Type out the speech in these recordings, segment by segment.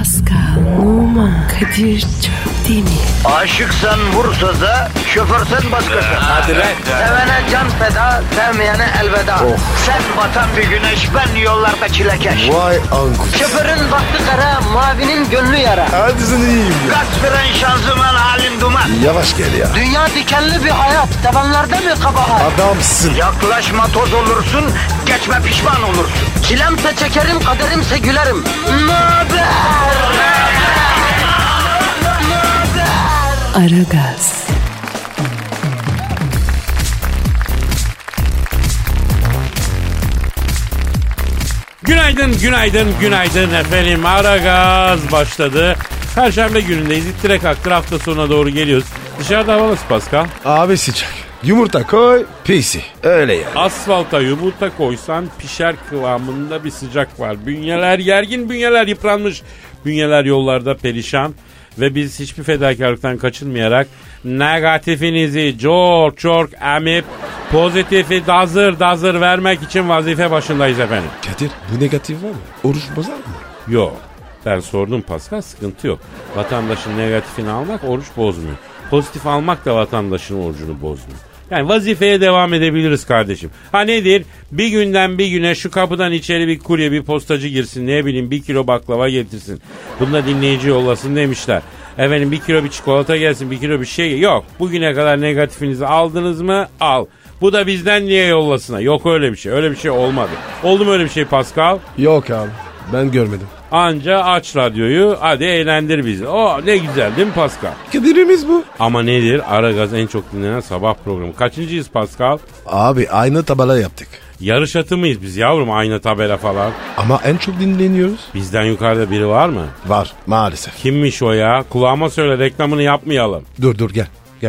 Pascal, Oman, Kadir çok değil mi? Aşıksan vursa da, şoförsen başkasın. Hadi lan. Sevene can feda, sevmeyene elveda. Sen batan bir güneş, ben yollarda çilekeş. Vay anku. Şoförün baktı kara, mavinin gönlü yara. Hadi sen iyiyim ya. Kasperen şanzıman halin duman. Yavaş gel ya. Dünya dikenli bir hayat, sevenlerde mi kabahar? Adamsın. Yaklaşma toz olursun, geçme pişman olursun. Çilemse çekerim, kaderimse gülerim. Möber! Aragaz. Günaydın, günaydın, günaydın efendim. Aragaz başladı. Perşembe günündeyiz. İttire kalktır, hafta sonuna doğru geliyoruz. Dışarıda hava nasıl Pascal? Abi sıcak. Yumurta koy, pisi. Öyle yani. Asfalta yumurta koysan pişer kıvamında bir sıcak var. Bünyeler gergin, bünyeler yıpranmış. Bünyeler yollarda perişan. Ve biz hiçbir fedakarlıktan kaçınmayarak negatifinizi çok emip pozitifi dazır vermek için vazife başındayız efendim. Kadir bu negatif var mı? Oruç bozar mı? Yok. Ben sordum Pascal, sıkıntı yok. Vatandaşın negatifini almak oruç bozmuyor. Pozitif almak da vatandaşın orucunu bozmuyor. Yani vazifeye devam edebiliriz kardeşim. Ha nedir? Bir günden bir güne şu kapıdan içeri bir kurye, bir postacı girsin. Ne bileyim 1 kilo baklava getirsin. Bunda dinleyici yollasın demişler. Efendim 1 kilo bir çikolata gelsin, 1 kilo bir şey. Yok. Bugüne kadar negatifinizi aldınız mı? Al. Bu da bizden niye yollasına? Yok öyle bir şey. Öyle bir şey olmadı. Oldu mu öyle bir şey Pascal? Yok abi. Ben görmedim. Anca aç radyoyu, hadi eğlendir bizi. Oh ne güzel değil mi Pascal? Kadir'imiz bu. Ama nedir? Aragaz en çok dinlenen sabah programı. Kaçıncıyız Pascal? Abi aynı tabela yaptık. Yarış atı mıyız biz yavrum, aynı tabela falan? Ama en çok dinleniyoruz. Bizden yukarıda biri var mı? Var maalesef. Kimmiş o ya? Kulağıma söyle, reklamını yapmayalım. Dur gel. Gel.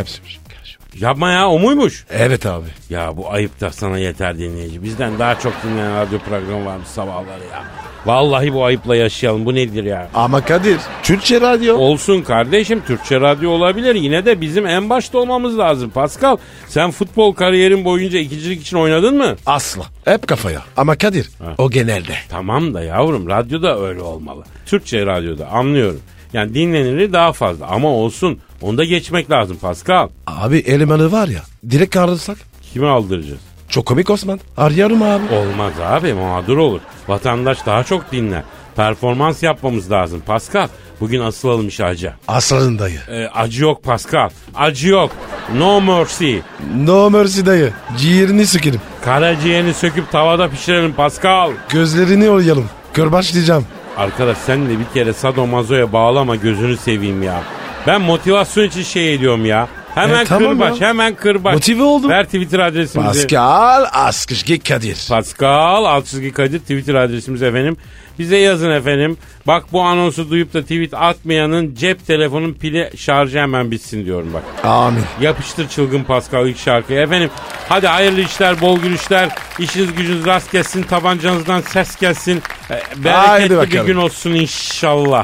Yapma ya, o muymuş? Evet abi. Ya bu ayıp da sana yeter dinleyici. Bizden daha çok dinlenen radyo programı varmış sabahları ya. Vallahi bu ayıpla yaşayalım. Bu nedir ya? Ama Kadir, Türkçe radyo. Olsun kardeşim, Türkçe radyo olabilir. Yine de bizim en başta olmamız lazım. Pascal, sen futbol kariyerin boyunca ikincilik için oynadın mı? Asla. Hep kafaya. Ama Kadir, o genelde. Tamam da yavrum, radyoda öyle olmalı. Türkçe radyoda anlıyorum. Yani dinleniri daha fazla ama olsun. Onu da geçmek lazım Pascal. Abi elemanı var ya, direkt kaldırsak. Kimi aldıracağız? Çok komik Osman. Arıyorum abi. Olmaz abi, mağdur olur. Vatandaş daha çok dinler. Performans yapmamız lazım Pascal. Bugün asılalım işe acı. Aslanın dayı. Acı yok Pascal. Acı yok. No mercy. No mercy dayı. Ciğerini sökelim. Karaciğerini söküp tavada pişirelim Pascal. Gözlerini oyalım. Kırbaç diyeceğim. Arkadaş sen de bir kere sadomazoya bağlama, gözünü seveyim ya. Ben motivasyon için şey ediyorum ya. Hemen tamam kırbaç, ya. hemen kırbaç. Motive oldum. Ver Twitter adresimizi. Pascal Askışki Kadir. Pascal Askışki Kadir Twitter adresimiz efendim. Bize yazın efendim. Bak bu anonsu duyup da tweet atmayanın cep telefonun pili şarjı hemen bitsin diyorum bak. Amin. Yapıştır çılgın Pascal ilk şarkıyı. Efendim hadi hayırlı işler, bol gülüşler. İşiniz gücünüz rast gelsin, tabancanızdan ses gelsin. Bereketli bir gün olsun inşallah.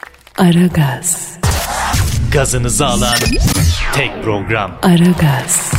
Aragaz. Gazınızı alan tek program. Aragaz.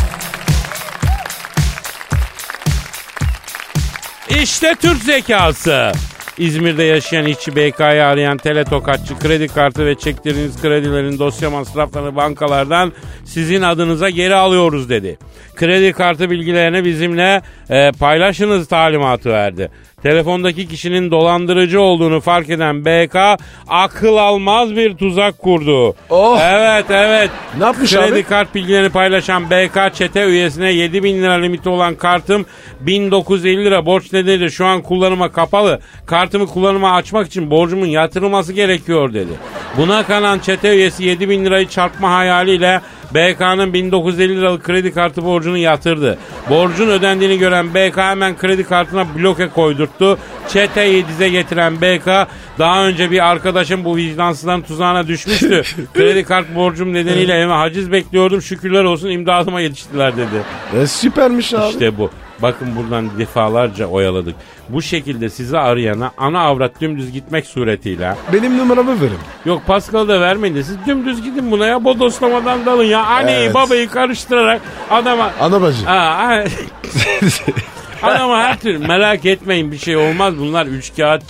İşte Türk zekası. İzmir'de yaşayan işçi BK'yı arayan teletokatçı kredi kartı ve çektirdiğiniz kredilerin dosya masraflarını bankalardan sizin adınıza geri alıyoruz dedi. Kredi kartı bilgilerini bizimle paylaşınız talimatı verdi. Telefondaki kişinin dolandırıcı olduğunu fark eden BK akıl almaz bir tuzak kurdu. Oh. Evet. Ne yapmış Kredi abi? kart bilgilerini paylaşan BK çete üyesine 7.000 lira limiti olan kartım 1950 lira borç nedeniyle şu an kullanıma kapalı. Kartımı kullanıma açmak için borcumun yatırılması gerekiyor dedi. Buna kanan çete üyesi 7.000 lirayı çarpma hayaliyle BK'nın 1950 liralık kredi kartı borcunu yatırdı. Borcun ödendiğini gören BK hemen kredi kartına bloke koydurttu. Çeteyi dize getiren BK daha önce bir arkadaşım bu vicdansızların tuzağına düşmüştü. Kredi kart borcum nedeniyle evime haciz bekliyordum. Şükürler olsun imdadıma yetiştiler dedi. Süpermiş abi. İşte bu. Bakın buradan defalarca oyaladık. Bu şekilde sizi arayana ana avrat dümdüz gitmek suretiyle. Benim numaramı verin. Yok Pascal'ı da vermeyin de siz dümdüz gidin buna ya. Bodoslamadan dalın ya. Anneyi babayı karıştırarak adama. Ana bacı. Adama her türlü merak etmeyin bir şey olmaz. Bunlar üçkağıtçı.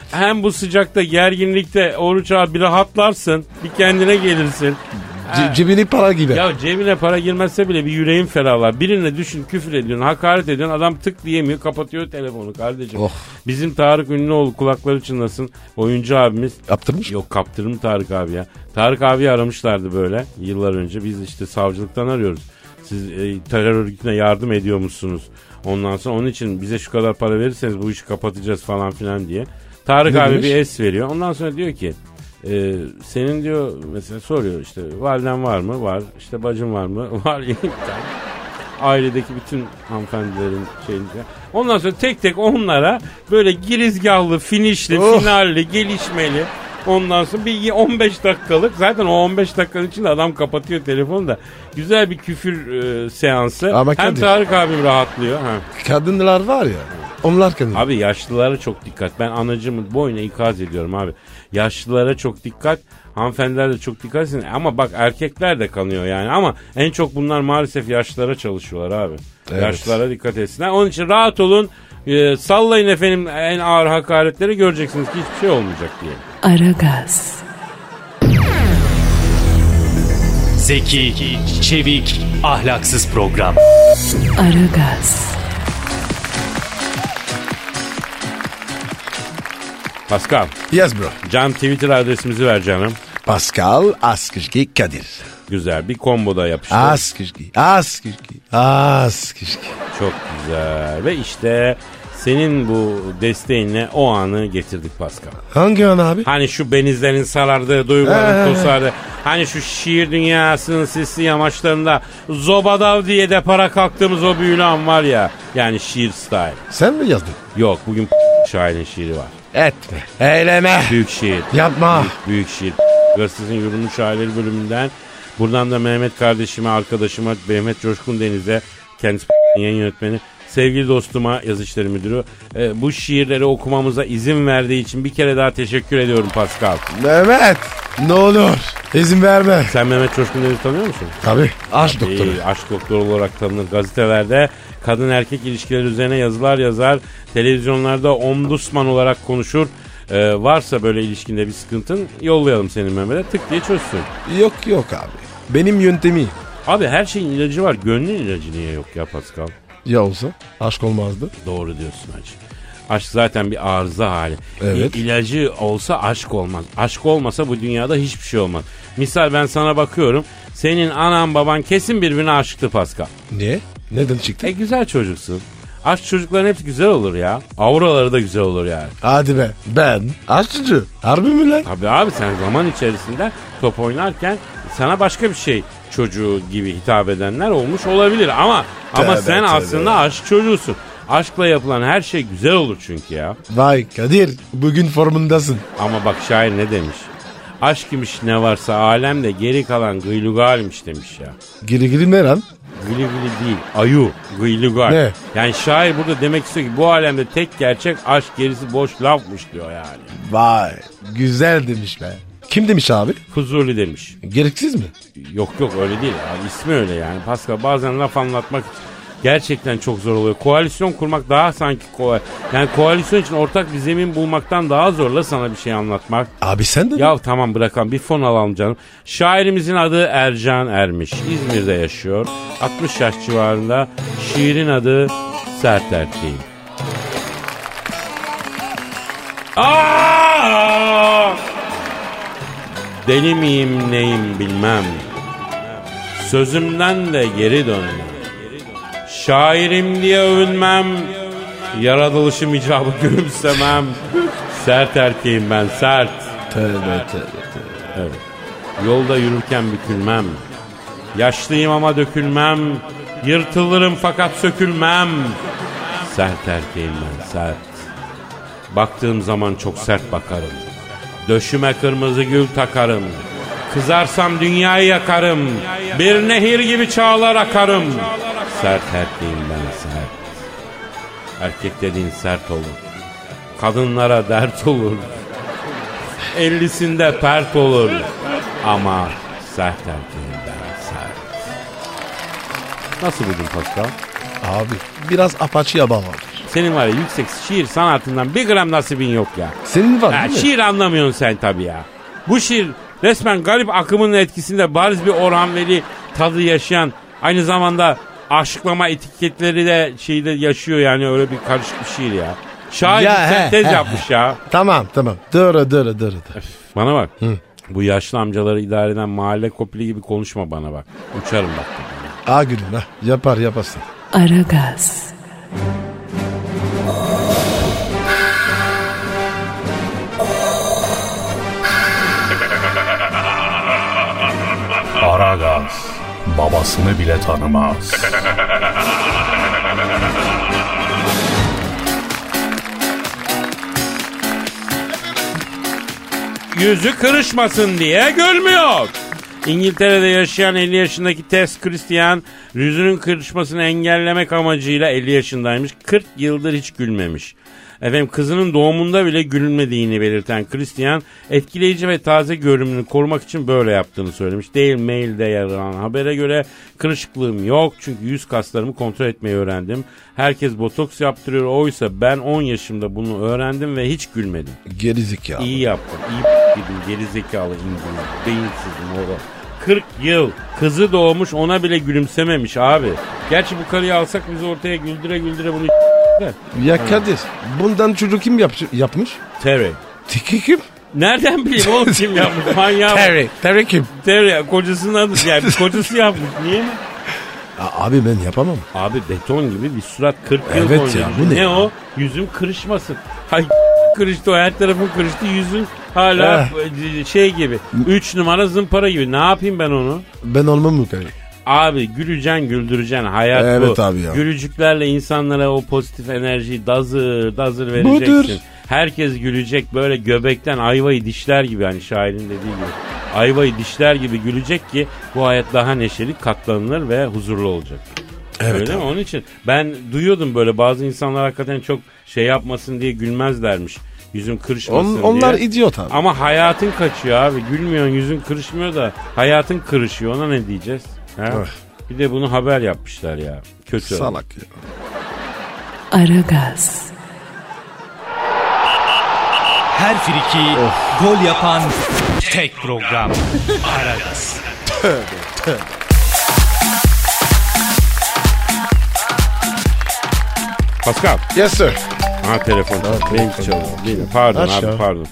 Hem bu sıcakta gerginlikte Oruç abi bir rahatlarsın. Bir kendine gelirsin. Cebine para gibi. Ya cebine para girmezse bile bir yüreğin ferahlar. Birine düşün, küfür ediyorsun, hakaret ediyorsun. Adam tık diyemiyor, kapatıyor telefonu kardeşim. Oh. Bizim Tarık Ünlüoğlu kulakları çınlasın. Oyuncu abimiz. Yaptırmış. Yok, kaptırdım Tarık abi ya. Tarık abi aramışlardı böyle yıllar önce. Biz işte savcılıktan arıyoruz. Siz terör örgütüne yardım ediyormuşsunuz. Ondan sonra onun için bize şu kadar para verirseniz bu işi kapatacağız falan filan diye. Tarık Ne abi demiş? bir es veriyor. Ondan sonra diyor ki senin diyor mesela soruyor işte validen var mı? Var. İşte bacın var mı? Var. Ailedeki bütün hanımefendilerin şeyinde. Ondan sonra tek tek onlara böyle girizgahlı, finişli, finalli, gelişmeli. Ondan sonra bir 15 dakikalık, zaten o 15 dakikanın içinde adam kapatıyor telefonu da. Güzel bir küfür seansı. Ama hem Kadir, Tarık abim rahatlıyor. kadınlar var ya, onlar kadın. Abi yaşlılara çok dikkat. Ben anacımın boyuna ikaz ediyorum abi. Yaşlılara çok dikkat. Hanımefendiler de çok dikkat etsin. Ama bak erkekler de kanıyor yani. Ama en çok bunlar maalesef yaşlılara çalışıyorlar abi. Evet. Yaşlılara dikkat etsinler. Onun için rahat olun. Sallayın efendim en ağır hakaretleri, göreceksiniz ki hiçbir şey olmayacak diye. Aragaz, Zeki, çevik, ahlaksız program. Aragaz, Pascal, Yes bro. Can Twitter adresimizi ver canım. Pascal Askışki Kadir. Güzel bir combo da yapıştır. Askışki. Çok güzel. Ve işte senin bu desteğinle o anı getirdik Pascal. Hangi an abi? Hani şu benizlerin sarardığı, duyguların tosardığı, hani şu şiir dünyasının sisli yamaçlarında Zobadav diye de para kalktığımız o büyülü an var ya. Yani şiir style. Sen mi yazdın? Yok, bugün şairin şiiri var. Etme. Eyleme. Büyük şiir. Yapma. Büyük şiir. Gazetesinin Yurunun Şairleri bölümünden. Buradan da Mehmet kardeşime, arkadaşıma, Mehmet Coşkun Deniz'e, kendisi yayın yönetmeni, sevgili dostuma, yazı işleri müdürü, bu şiirleri okumamıza izin verdiği için bir kere daha teşekkür ediyorum Pascal. Mehmet, ne olur izin verme. Sen Mehmet Coşkun Deniz'i tanıyor musun? Tabii. Aşk doktoru. Aşk doktoru olarak tanınır. Gazetelerde kadın erkek ilişkileri üzerine yazılar yazar. Televizyonlarda ombudsman olarak konuşur. Varsa böyle ilişkinde bir sıkıntın, yollayalım senin Mehmet'e, tık diye çözsün. Yok abi. Benim yöntemi. Abi her şeyin ilacı var. Gönlün ilacı niye yok ya Pascal? Ya olsa aşk olmazdı. Doğru diyorsun hacı. Aşk zaten bir arıza hali. Evet. İlacı olsa aşk olmaz. Aşk olmasa bu dünyada hiçbir şey olmaz. Misal ben sana bakıyorum. Senin anan baban kesin birbirine aşıktı Pascal. Niye? Neden çıktı? Güzel çocuksun. Aşk çocukların hepsi güzel olur ya. Auraları da güzel olur yani. Hadi be. Ben aşçıcı. Harbi mi lan? Tabii abi, sen zaman içerisinde top oynarken sana başka bir şey çocuğu gibi hitap edenler olmuş olabilir. Ama sen tövbe. aslında aşk çocuğusun. Aşkla yapılan her şey güzel olur çünkü ya. Vay Kadir, bugün formundasın. Ama bak şair ne demiş? Aşk imiş ne varsa alemde, geri kalan gıylugalmiş demiş ya. Giri ne lan? Gılı gılı değil, ayu, gıylugal. Ne? Yani şair burada demek istiyor ki bu alemde tek gerçek aşk, gerisi boş lafmış diyor yani. Vay, güzel demiş be. Kim demiş abi? Fuzuli demiş. Gereksiz mi? Yok öyle değil abi, ismi öyle yani. Pascal, bazen laf anlatmak gerçekten çok zor oluyor. Koalisyon kurmak daha sanki kolay. Yani koalisyon için ortak bir zemin bulmaktan daha zorla sana bir şey anlatmak. Abi sen de mi? Ya tamam, bırakalım, bir fon alalım canım. Şairimizin adı Ercan Ermiş. İzmir'de yaşıyor. 60 yaş civarında. Şiirin adı Sert Erkeğim. Deli miyim neyim bilmem. Sözümden de geri dönmem. Şairim diye övünmem. Yaratılışım icabı gülümsemem. Sert erkeğim ben, sert. Tövbe. Evet. Yolda yürürken bükülmem. Yaşlıyım ama dökülmem. Yırtılırım fakat sökülmem. Sert erkeğim ben, sert. Baktığım zaman çok sert bakarım. Döşüme kırmızı gül takarım. Kızarsam dünyayı yakarım. Bir nehir gibi çağlar akarım. Sert erkeğim ben, sert. Erkek dediğin sert olur. Kadınlara dert olur. 50'sinde pert olur. Ama sert erkeğim ben, sert. Nasıl buldun Pascal? Abi biraz apaçı yaba var. senin var ya yüksek şiir sanatından bir gram nasibin yok ya. Senin var Ha, değil mi? şiir anlamıyorsun sen tabii ya. Bu şiir resmen garip akımın etkisinde bariz bir Orhan Veli tadı yaşayan, aynı zamanda aşıklama etiketleri de şeyde yaşıyor yani, öyle bir karışık bir şiir ya. Şair Ya, bir sentez yapmış ya. Tamam. Dur. Bana bak. Bu yaşlı amcaları idare eden mahalle kopili gibi konuşma bana bak. Uçarım bak. Ha gülüm ha. Yaparsın. Aragaz, Aragaz babasını bile tanımaz. Yüzü kırışmasın diye gülmüyor. İngiltere'de yaşayan 50 yaşındaki Tess Christian yüzünün kırışmasını engellemek amacıyla 50 yaşındaymış. 40 yıldır hiç gülmemiş. Efendim, kızının doğumunda bile gülmediğini belirten Christian etkileyici ve taze görünümünü korumak için böyle yaptığını söylemiş. Daily Mail'de yer alan habere göre kırışıklığım yok çünkü yüz kaslarımı kontrol etmeyi öğrendim. Herkes botoks yaptırıyor, oysa ben 10 yaşımda bunu öğrendim ve hiç gülmedim. Gerizekalı. İyi yaptım. İyi dedim, gerizekalı İngiliz. Beyinsizim oğlum. 40 yıl kızı doğmuş, ona bile gülümsememiş abi. Gerçi bu karıyı alsak biz ortaya güldüre güldüre bunu Ya Kadir, bundan çocuk kim yapmış? Terry. Tiki kim? Nereden bileyim oğlum kim yapmış? Manyak. Terry kim? Terry kocasının adı, yani kocası yapmış. Niye? Abi ben yapamam. Abi beton gibi bir surat, 40 yıl Evet boyunca. ya, bu ne ya? o? Yüzüm kırışmasın. Hay kırıştı, o her tarafın kırıştı, yüzün hala şey gibi. 3 numara zımpara gibi. Ne yapayım ben onu? Ben olmam mı Kadir? Abi güleceksin, güldüreceksin, hayat bu. Evet abi ya. Gülücüklerle insanlara o pozitif enerjiyi dazır vereceksin. Budur. Herkes gülecek, böyle göbekten ayvayı dişler gibi, hani şairin dediği gibi. Ayvayı dişler gibi gülecek ki bu hayat daha neşeli, katlanılır ve huzurlu olacak. Evet Öyle abi. mi? Onun için ben duyuyordum böyle, bazı insanlar hakikaten çok şey yapmasın diye gülmezlermiş. Yüzün kırışmasın diye. Onlar idiot abi. Ama hayatın kaçıyor abi. Gülmüyorsun, yüzün kırışmıyor da hayatın kırışıyor. Ona ne diyeceğiz? Ha? Bir de bunu haber yapmışlar ya. Kötü. Salak ya. Aragaz, Her friki gol yapan tek program. Aragaz. Pascal. Yes sir. Ha, telefon. Benimki çalıyor. Değil mi? Pardon Aç abi, ya. pardon.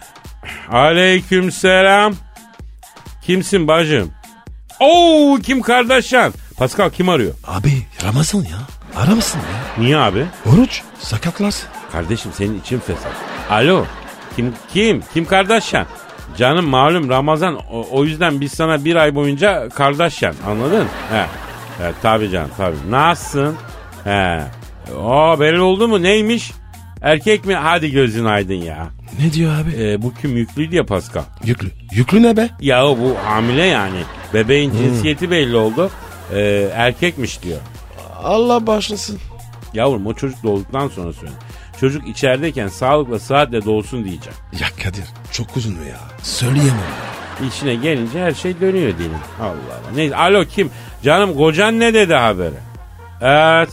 Aleykümselam. Kimsin bacım? Oo, Kim Kardashian. Pascal, kim arıyor? Abi Ramazan ya. Aramasın ya. Niye abi? Oruç sakaklarsın. Kardeşim, senin için fesat. Alo. Kim Kardashian? Canım malum Ramazan, o yüzden biz sana bir ay boyunca Kardashian, anladın? He. Tabii canım, tabii. Nasılsın? He. Belli oldu mu, neymiş? Erkek mi? Hadi gözün aydın ya. Ne diyor abi? Bu kim, yüklüydü ya Pascal. Yüklü. Yüklü ne be? Ya bu hamile yani. Bebeğin cinsiyeti belli oldu. Erkekmiş diyor. Allah başlasın. Yavrum, o çocuk doğduktan sonra söyle. Çocuk içerideyken sağlıkla sıhhatle doğsun diyeceğim. Ya Kadir çok uzun mu ya? Söyleyemem. İçine gelince her şey dönüyor diyelim. Allah Allah. Neyse, alo kim? Canım, kocan ne dedi habere? Evet.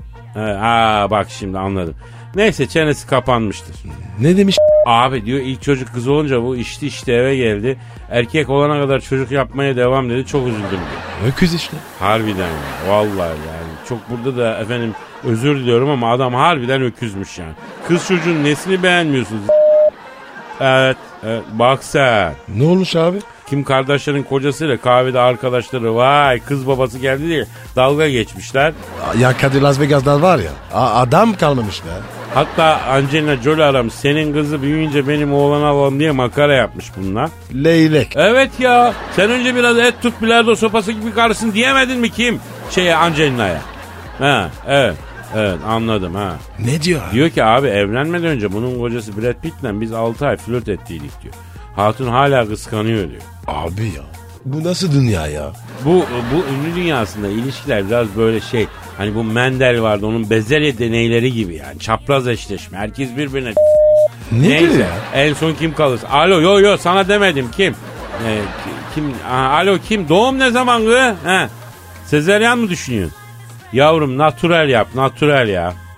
Bak şimdi anladım. Neyse, çenesi kapanmıştır. Ne demiş? Abi diyor, ilk çocuk kız olunca bu işte eve geldi. Erkek olana kadar çocuk yapmaya devam dedi. Çok üzüldüm diyor. Öküz işte. Harbiden ya. Vallahi yani. Çok burada da efendim özür diliyorum ama adam harbiden öküzmüş yani. Kız çocuğun nesini beğenmiyorsunuz? Evet. Bak sen. Ne olmuş abi? Kim Kardashian'ın kocasıyla kahvede arkadaşları vay kız babası geldi diye dalga geçmişler. Ya Kadir, Las Vegas'ta var ya adam kalmamış be. Hatta Angelina Jolie aramış, senin kızı büyüyünce benim oğlanı alalım diye makara yapmış bunlar. Leylek. Evet ya, sen önce biraz et tut, bilardo sopası gibi karısın diyemedin mi kim? Angelina'ya. Evet anladım ha. Ne diyor abi? Diyor ki abi, evlenmeden önce bunun kocası Brad Pitt'le biz 6 ay flört ettiydik diyor. Hatun hala kıskanıyor diyor. Abi ya bu nasıl dünya ya? Bu ünlü dünyasında ilişkiler biraz böyle şey. Hani bu Mendel vardı, onun bezelye deneyleri gibi yani. Çapraz eşleşme. Herkes birbirine... Nedir Neyse, ya? en son kim kalır? Alo, yo sana demedim, kim? Kim? Alo, kim? Doğum ne zaman kız? Sezeryan mı düşünüyorsun? Yavrum natural yap, natural ya.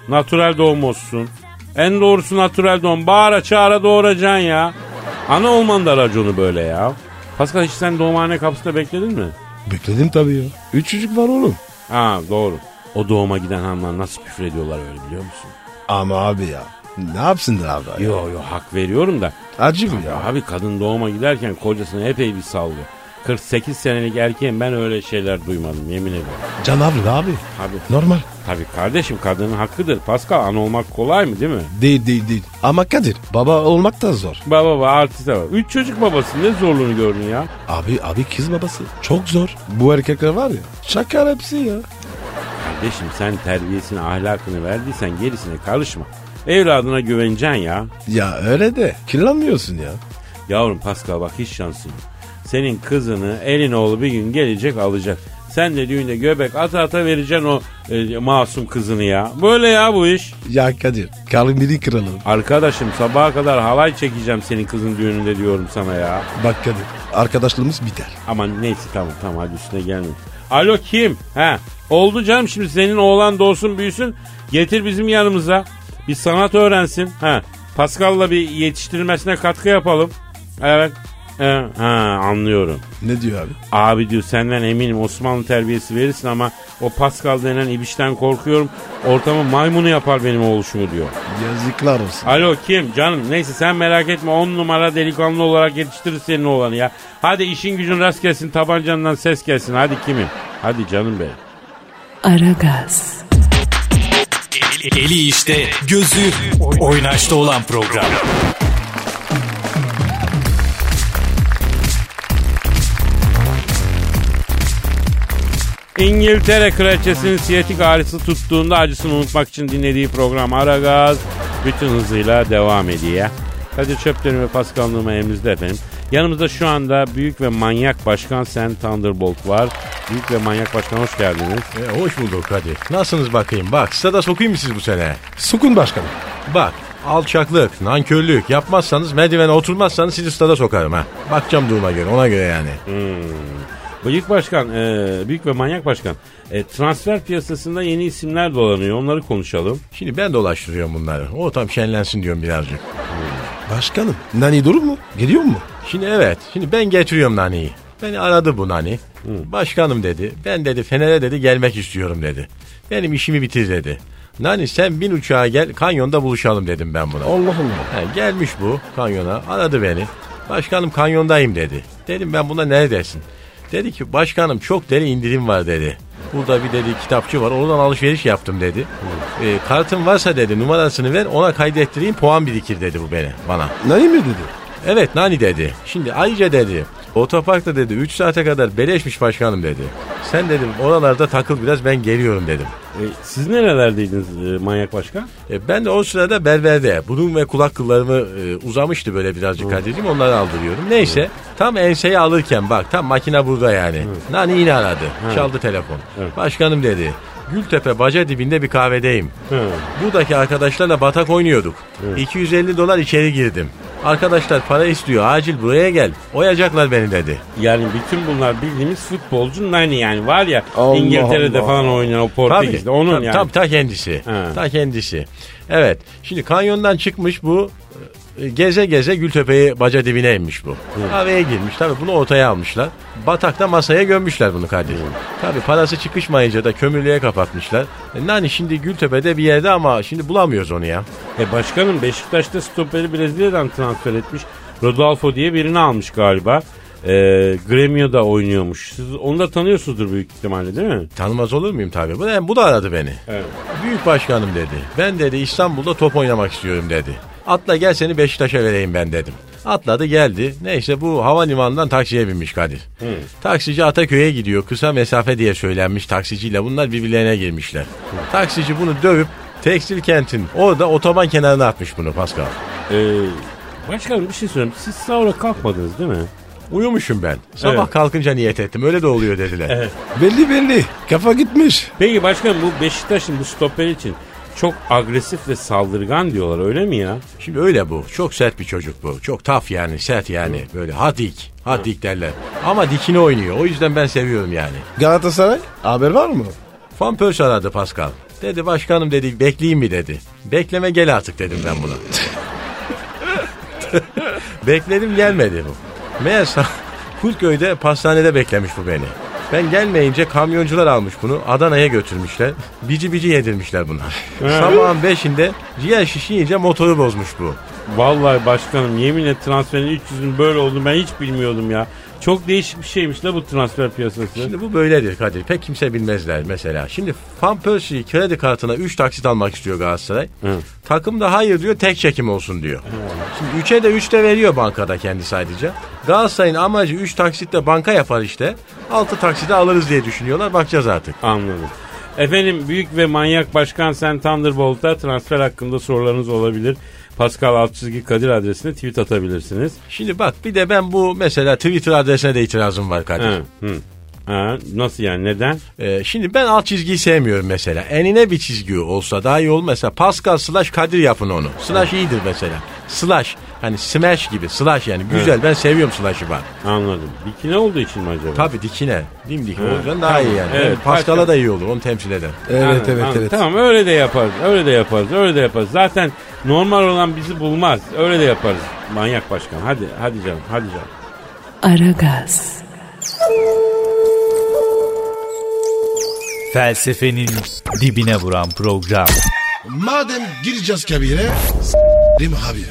Natural doğum olsun. En doğrusu natural doğum. Bağıra çağıra doğuracaksın ya. Ana olman da raconu böyle ya. Pascal hiç sen doğumhane kapısında bekledin mi? Bekledim tabii ya. 3 çocuk var oğlum. Ha doğru. O doğuma giden hanımlar nasıl küfür ediyorlar öyle biliyor musun? Ama abi ya. Ne yapsınlar abi? Yo hak veriyorum da. Acı mı ya? Ya abi kadın doğuma giderken kocasını epey bir sallıyor. 48 senelik erkeğim ben öyle şeyler duymadım yemin ederim. Canavlı abi. Abi. Normal. Tabii kardeşim kadının hakkıdır. Pascal ana olmak kolay mı değil mi? Değil. Ama Kadir baba olmak da zor. Baba artiste var. 3 çocuk babası ne zorluğunu gördün ya? Abi kız babası. Çok zor. Bu erkekler var ya. Şakar hepsi ya. Kardeşim sen terbiyesini ahlakını verdiysen gerisine karışma. Evladına güveneceksin ya. Ya öyle de kirlenmiyorsun ya. Yavrum Pascal bak hiç şansın yok. Senin kızını elin oğlu bir gün gelecek alacak. Sen de düğünde göbek ata vereceksin o masum kızını ya. Böyle ya bu iş. Ya Kadir kalbini kıralım. Arkadaşım sabaha kadar halay çekeceğim senin kızın düğününde diyorum sana ya. Bak Kadir arkadaşlığımız biter. Aman neyse tamam hadi üstüne gelme. Alo kim? Oldu canım şimdi senin oğlan doğsun büyüsün. Getir bizim yanımıza. Bir sanat öğrensin. Pascal'la bir yetiştirilmesine katkı yapalım. Evet. Anlıyorum. Ne diyor abi? Abi diyor senden eminim Osmanlı terbiyesi verirsin ama o Pascal denen ibişten korkuyorum. Ortamı maymunu yapar benim oğluşumu diyor. Yazıklar olsun. Alo kim canım neyse sen merak etme 10 numara delikanlı olarak yetiştirir senin oğlanı ya. Hadi işin gücün rast gelsin tabancandan ses gelsin hadi kimim? Hadi canım benim. Aragaz. Eli işte, gözü oynaşta olan program. İngiltere kraliçesinin siyatik ağrısı tuttuğunda acısını unutmak için dinlediği program Aragaz bütün hızıyla devam ediyor. Kadir Çöpler'in ve Pascal Numa elimizde efendim. Yanımızda şu anda büyük ve manyak başkan Sen Thunderbolt var. Büyük ve manyak başkan hoş geldiniz. Hoş bulduk Kadir. Nasılsınız bakayım? Bak stada sokayım mı siz bu sene? Sukun başkanım. Bak alçaklık, nankörlük yapmazsanız merdivene oturmazsanız sizi stada sokarım ha. Bakacağım duruma göre ona göre yani. Büyük başkan, büyük ve manyak başkan. Transfer piyasasında yeni isimler dolanıyor. Onları konuşalım. Şimdi ben dolaştırıyorum bunları. O tam şenlensin diyorum birazcık. Başkanım Nani durur mu? Geliyor mu? Şimdi evet. Şimdi ben getiriyorum Nani'yi. Beni aradı bu Nani. Başkanım dedi. Ben dedi Fener'e dedi gelmek istiyorum dedi. Benim işimi bitir dedi. Nani sen bin uçağa gel kanyonda buluşalım dedim ben buna. Allah Allah. Gelmiş bu kanyona aradı beni. Başkanım kanyondayım dedi. Dedim ben buna neredesin? Dedi ki başkanım çok deli indirim var dedi. Burada bir dedi kitapçı var oradan alışveriş yaptım dedi. Kartın varsa dedi numarasını ver ona kaydettireyim puan birikir dedi bu bana. Nani mi dedi? Evet Nani dedi. Şimdi ayrıca dedi otoparkta dedi 3 saate kadar beleşmiş başkanım dedi. Sen dedim oralarda takıl biraz ben geliyorum dedim. Siz nerelerdeydiniz manyak başkan? Ben de o sırada berberde burun ve kulak kıllarımı uzamıştı böyle birazcık Kadir'cim onları aldırıyorum. Neyse tam enseyi alırken bak tam makine burada yani. Nani yine aradı. Çaldı telefon. Başkanım dedi. Gültepe baca dibinde bir kahvedeyim. Buradaki arkadaşlarla batak oynuyorduk. $250 içeri girdim. Arkadaşlar para istiyor acil buraya gel. Oyacaklar beni dedi. Yani bütün bunlar bildiğimiz futbolcu Nani yani var ya Allah İngiltere'de Allah. falan oynayan o Portekiz'de onun tabii, yani. ta kendisi. Ta kendisi. Evet. Şimdi kanyondan çıkmış bu geze geze Gültepe'yi baca dibine inmiş bu. Kahveye girmiş. Tabii bunu ortaya almışlar. Batakta masaya gömmüşler bunu Kadir. Tabii parası çıkışmayınca da kömürlüğe kapatmışlar. Nani şimdi Gültepe'de bir yerde ama şimdi bulamıyoruz onu ya. Başkanım Beşiktaş'ta stoperi Brezilya'dan transfer etmiş. Rodolfo diye birini almış galiba. Gremio'da oynuyormuş. Siz onu da tanıyorsunuzdur büyük ihtimalle değil mi? Tanımaz olur muyum tabii. Bu da aradı beni. Evet. Büyük başkanım dedi. Ben dedi İstanbul'da top oynamak istiyorum dedi. Atla gel seni Beşiktaş'a vereyim ben dedim. Atladı geldi. Neyse bu havalimanından taksiye binmiş Kadir. Taksici Ataköy'e gidiyor. Kısa mesafe diye söylenmiş taksiciyle. Bunlar birbirlerine girmişler. Taksici bunu dövüp tekstil kentin orada otoban kenarına atmış bunu Pascal. Başkanım bir şey söyleyeyim. Siz sahura kalkmadınız değil mi? Uyumuşum ben. Sabah kalkınca niyet ettim. Öyle de oluyor dediler. Evet. Belli. Kafa gitmiş. Peki başkanım bu Beşiktaş'ın bu stoperi için çok agresif ve saldırgan diyorlar öyle mi ya? Şimdi öyle bu. Çok sert bir çocuk bu. Çok tough yani sert yani. Böyle hadik. Hadik derler. Ama dikine oynuyor. O yüzden ben seviyorum yani. Galatasaray haber var mı? Van Persie aradı Pascal. Dedi başkanım dedi bekleyeyim mi dedi. Bekleme gel artık dedim ben buna. Bekledim gelmedi bu. Meğerse Kulköy'de pastanede beklemiş bu beni. Ben gelmeyince kamyoncular almış bunu Adana'ya götürmüşler. Bici bici yedirmişler buna. Sabahın 5'inde ciğer şişi yiyince motoru bozmuş bu. Vallahi başkanım yeminle transferin 300'ün böyle olduğunu ben hiç bilmiyordum ya. Çok değişik bir şeymiş la bu transfer piyasası. Şimdi bu böyledir Kadir. Pek kimse bilmezler mesela. Şimdi Van Persie'yi kredi kartına 3 taksit almak istiyor Galatasaray. Hı. Takım da hayır diyor, tek çekim olsun diyor. Hı. Şimdi 3'e de 3 de veriyor bankada kendisi ayrıca. Galatasaray'ın amacı 3 taksitle banka yapar işte. 6 taksite alırız diye düşünüyorlar. Bakacağız artık. Anladım. Efendim büyük ve manyak başkan Sen Thunderbolt'a transfer hakkında sorularınız olabilir. Pascal Kadir adresine tweet atabilirsiniz. Şimdi bak bir de ben bu mesela Twitter adresine de itirazım var Kadir. Nasıl yani neden? Şimdi ben alt çizgiyi sevmiyorum mesela. Enine bir çizgi olsa daha iyi olur. Mesela Pascal / Kadir yapın onu. Slash iyidir mesela. Slash hani smash gibi slash yani güzel ben seviyorum slash'ı bak. Anladım. Dikine olduğu için mi acaba? Tabii dikine. Dimdik olacaksın daha iyi yani. Evet, Pascal'a da iyi olur onu temsil eder. Evet. Tamam öyle de yaparız. Zaten normal olan bizi bulmaz. Öyle de yaparız. Manyak başkan. Hadi canım. Aragaz. Felsefenin dibine vuran program. Madem gireceğiz kabire, s***rim habire.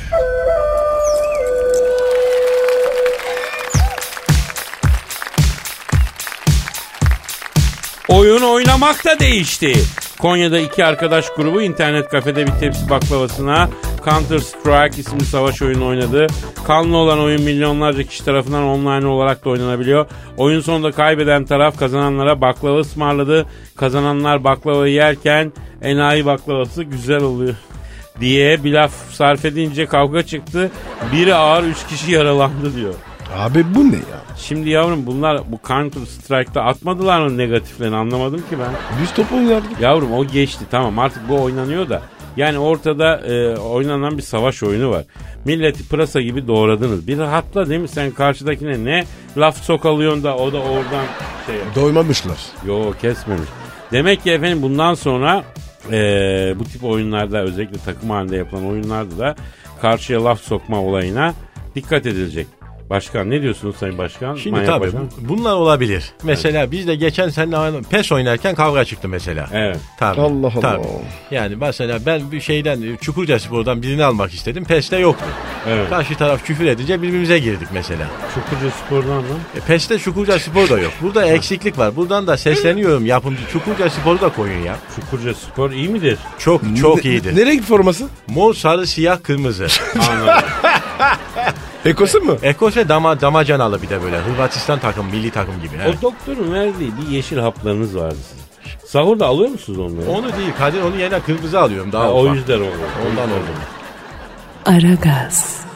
Oyun oynamak da değişti. Konya'da 2 arkadaş grubu internet kafede bir tepsi baklavasına Counter Strike isimli savaş oyunu oynadı. Kanlı olan oyun milyonlarca kişi tarafından online olarak da oynanabiliyor. Oyun sonunda kaybeden taraf kazananlara baklava ısmarladı. Kazananlar baklavayı yerken enayi baklavası güzel oluyor diye bir laf sarf edince kavga çıktı. Biri ağır 3 kişi yaralandı diyor. Abi bu ne ya? Şimdi yavrum bunlar bu Counter Strike'da atmadılar mı negatiflerini anlamadım ki ben. Biz top oynardık. Yavrum o geçti tamam artık bu oynanıyor da. Yani ortada oynanan bir savaş oyunu var. Milleti pırasa gibi doğradınız. Bir rahatla değil mi sen karşıdakine ne laf sokalıyorsun da o da oradan şey yapıyor. Doymamışlar. Yo kesmemiş. Demek ki efendim bundan sonra bu tip oyunlarda özellikle takım halinde yapılan oyunlarda da karşıya laf sokma olayına dikkat edilecek. Başkan ne diyorsunuz Sayın Başkan? Şimdi Manyak tabii başkan. bunlar olabilir. Mesela biz de geçen seninle PES oynarken kavga çıktı mesela. Evet. Tabii, Allah. Yani mesela ben bir şeyden Çukurcaspor'dan birini almak istedim. PES'te yoktu. Evet. Karşı taraf küfür edince birbirimize girdik mesela. Çukurcaspor'dan mı? PES'te Çukurcaspor da yok. Burada eksiklik var. Buradan da sesleniyorum yapımcı Çukurcaspor'u da koyun ya. Çukurcaspor iyi midir? Çok iyidir. Ne renk forması? Mor, sarı, siyah, kırmızı. Anladım. Ekosu mu? Ekose damacanalı bir de böyle. Hırvatistan takım, milli takım gibi. He. O doktorun verdiği bir yeşil haplarınız vardı sizin. Sahurda alıyor musunuz onları? Onu değil Kadir, onu yerine kırmızı alıyorum daha o ufak. yüzden oldu. Ondan oldu. Aragaz.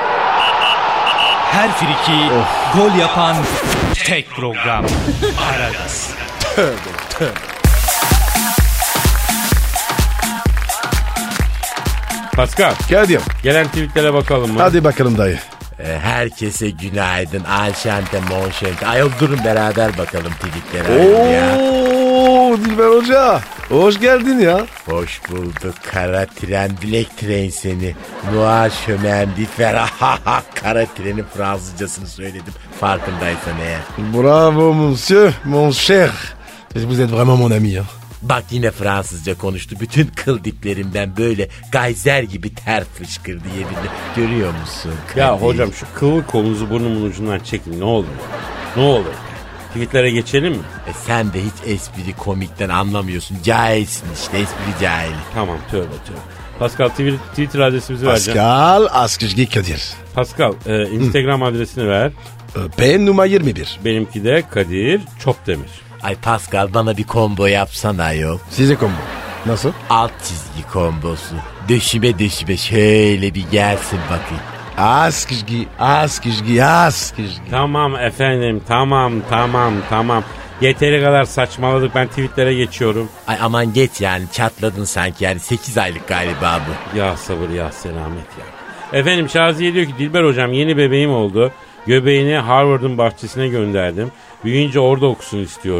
Her friki gol yapan tek program. Aragaz. Pascal, Kadir. gelen tweetlere bakalım mı? Hadi bakalım dayı. Herkese günaydın. Alşante, monşente. Ayol durun beraber bakalım tweetlere. Ooo Dilber Hoca. Hoş geldin ya. Hoş bulduk kara tren, bilek tren seni. Noir chemin different. Kara trenin Fransızcasını söyledim. Farkındaysan eğer. Bravo monsieur, mon cher. Vous êtes vraiment mon ami. Bak yine Fransızca konuştu. Bütün kıl diplerimden böyle gayzer gibi ter fışkırdı yeminle. Görüyor musun? Ya hocam şu kıvır kolunuzu burnumun ucundan çekin ne olur. Ne olur. Tweetlere geçelim mi? Sen de hiç espri komikten anlamıyorsun. Cahilsin işte, espri cahili. Tamam tövbe. Pascal Twitter adresimizi vereceğim. Pascal Askışgi Kadir. Pascal Instagram adresini ver. Ben numara 21. Benimki de Kadir Çopdemir. Ay Pascal bana bir combo yapsana yok. Size combo. Nasıl? Alt çizgi kombosu. Döşime şöyle bir gelsin bakayım. Askışgi. Tamam efendim tamam. Yeteri kadar saçmaladık, ben tweetlere geçiyorum. Ay aman geç yani, çatladın sanki yani, 8 aylık galiba bu. Ya sabır ya selamet ya. Efendim Şaziye diyor ki Dilber hocam yeni bebeğim oldu. Göbeğini Harvard'ın bahçesine gönderdim. Büyüyünce orada okusun istiyorum.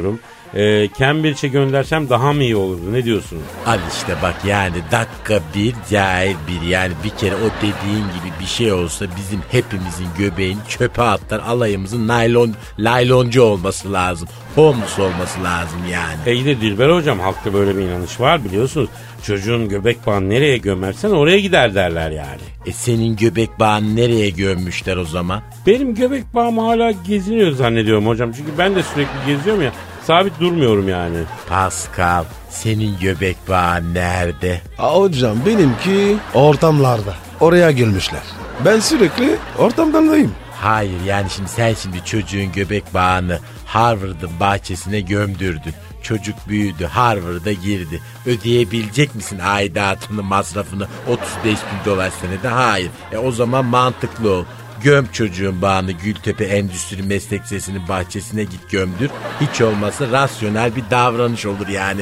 Cambridge'e göndersem daha mı iyi olurdu? Ne diyorsunuz? Al işte bak yani dakika bir cahil bir yani bir kere o dediğin gibi bir şey olsa bizim hepimizin göbeğini çöpe atar alayımızın layloncu olması lazım. Homeless olması lazım yani. İyi de Dilber hocam halkta böyle bir inanış var biliyorsunuz. Çocuğun göbek bağını nereye gömersen oraya gider derler yani. Senin göbek bağını nereye gömmüşler o zaman? Benim göbek bağım hala geziniyor zannediyorum hocam. Çünkü ben de sürekli geziyorum ya. Sabit durmuyorum yani. Pascal senin göbek bağın nerede? Hocam benimki ortamlarda. Oraya gelmişler. Ben sürekli ortamdayım. Hayır yani sen şimdi çocuğun göbek bağını Harvard'ın bahçesine gömdürdün. Çocuk büyüdü, Harvard'a girdi. Ödeyebilecek misin aidatını, masrafını 35 bin dolar senede? Hayır. O zaman mantıklı ol. Göm çocuğun bağını Gültepe Endüstri Meslek Lisesi'nin bahçesine git gömdür. Hiç olmazsa rasyonel bir davranış olur yani.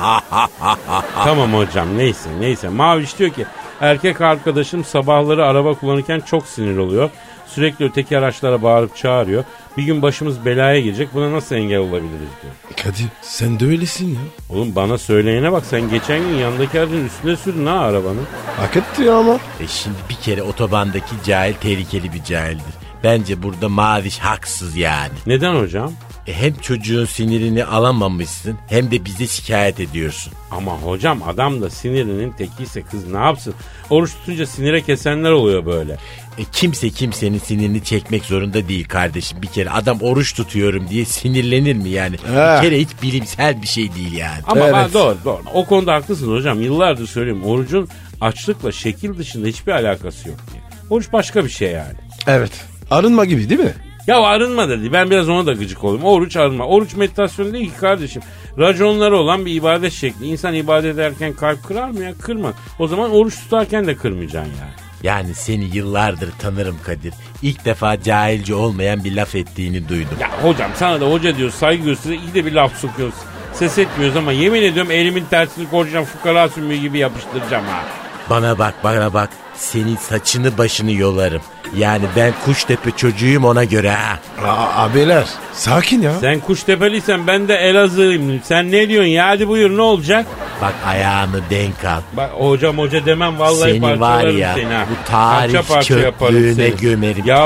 Tamam hocam neyse. Maviş diyor ki erkek arkadaşım sabahları araba kullanırken çok sinir oluyor. Sürekli öteki araçlara bağırıp çağırıyor. Bir gün başımız belaya girecek. Buna nasıl engel olabiliriz diyor. Kadir sen de öylesin ya. Oğlum bana söyleyene bak sen geçen gün yanındaki aracın üstüne sürdün ha arabanı. Hak etti ya ama. Şimdi bir kere otobandaki cahil tehlikeli bir cahildir. Bence burada Maviş haksız yani. Neden hocam? Hem çocuğun sinirini alamamışsın hem de bize şikayet ediyorsun. Ama hocam adam da sinirinin tekiyse kız ne yapsın? Oruç tutunca sinire kesenler oluyor böyle. Kimse kimsenin sinirini çekmek zorunda değil kardeşim. Bir kere adam oruç tutuyorum diye sinirlenir mi yani? Bir kere hiç bilimsel bir şey değil yani. Ama Evet. doğru. O konuda haklısın hocam. Yıllardır söylüyorum. Orucun açlıkla şekil dışında hiçbir alakası yok diye. Oruç başka bir şey yani. Evet. Arınma gibi değil mi? Ya arınma dedi. Ben biraz ona da gıcık olayım. Oruç arınma. Oruç meditasyon değil ki kardeşim. Raconları olan bir ibadet şekli. İnsan ibadet ederken kalp kırar mı ya? Kırmaz. O zaman oruç tutarken de kırmayacaksın yani. Yani seni yıllardır tanırım Kadir. İlk defa cahilce olmayan bir laf ettiğini duydum. Ya hocam sana da hoca diyoruz, saygı gösteriyoruz, iyi de bir laf sokuyoruz. Ses etmiyoruz ama yemin ediyorum elimin tersini koruyacağım, fukara sümüğü gibi yapıştıracağım ha. Bana bak. Senin saçını başını yolarım. Yani ben Kuştepe çocuğuyum ona göre ha. Abiler sakin ya. Sen Kuştepeliysen ben de Elazığ'lıyım. Sen ne diyorsun ya? Hadi buyur ne olacak? Bak ayağını denk al. Bak hocam hoca demem vallahi Seni var parçalarım ya seni ha. bu tarih Parça yaparım çöplüğüne seni. gömerim. Ya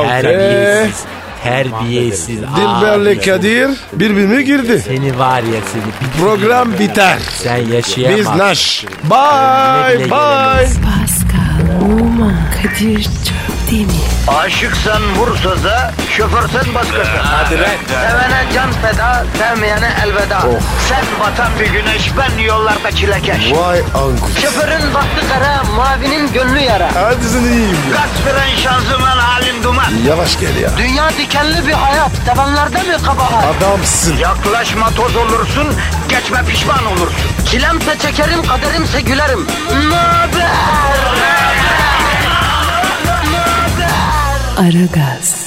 Terbiyesiz. Dilber'le Kadir birbirine girdi. Seni var ya seni. Program biter. Sen yaşayamazsın. Biz naş. Bye Güle bye. Pascal, Oman, Kadir çok değil mi? Aşıksan vursa da, şoförsen başkasın. Hadi lan. Sevene can feda, sevmeyene elveda. Sen batan bir güneş, ben yollarda çilekeş. Vay anku. Şoförün baktı kara, mavinin gönlü yara. Hadi sen iyiyim ya. Kasperen şanzıman halin duman. Yavaş gel ya. Dünya dikenli bir hayat, sevenlerde mi kabahar? Adamsın. Yaklaşma toz olursun, geçme pişman olursun. Çilemse çekerim, kaderimse gülerim. Möber! Aragaz.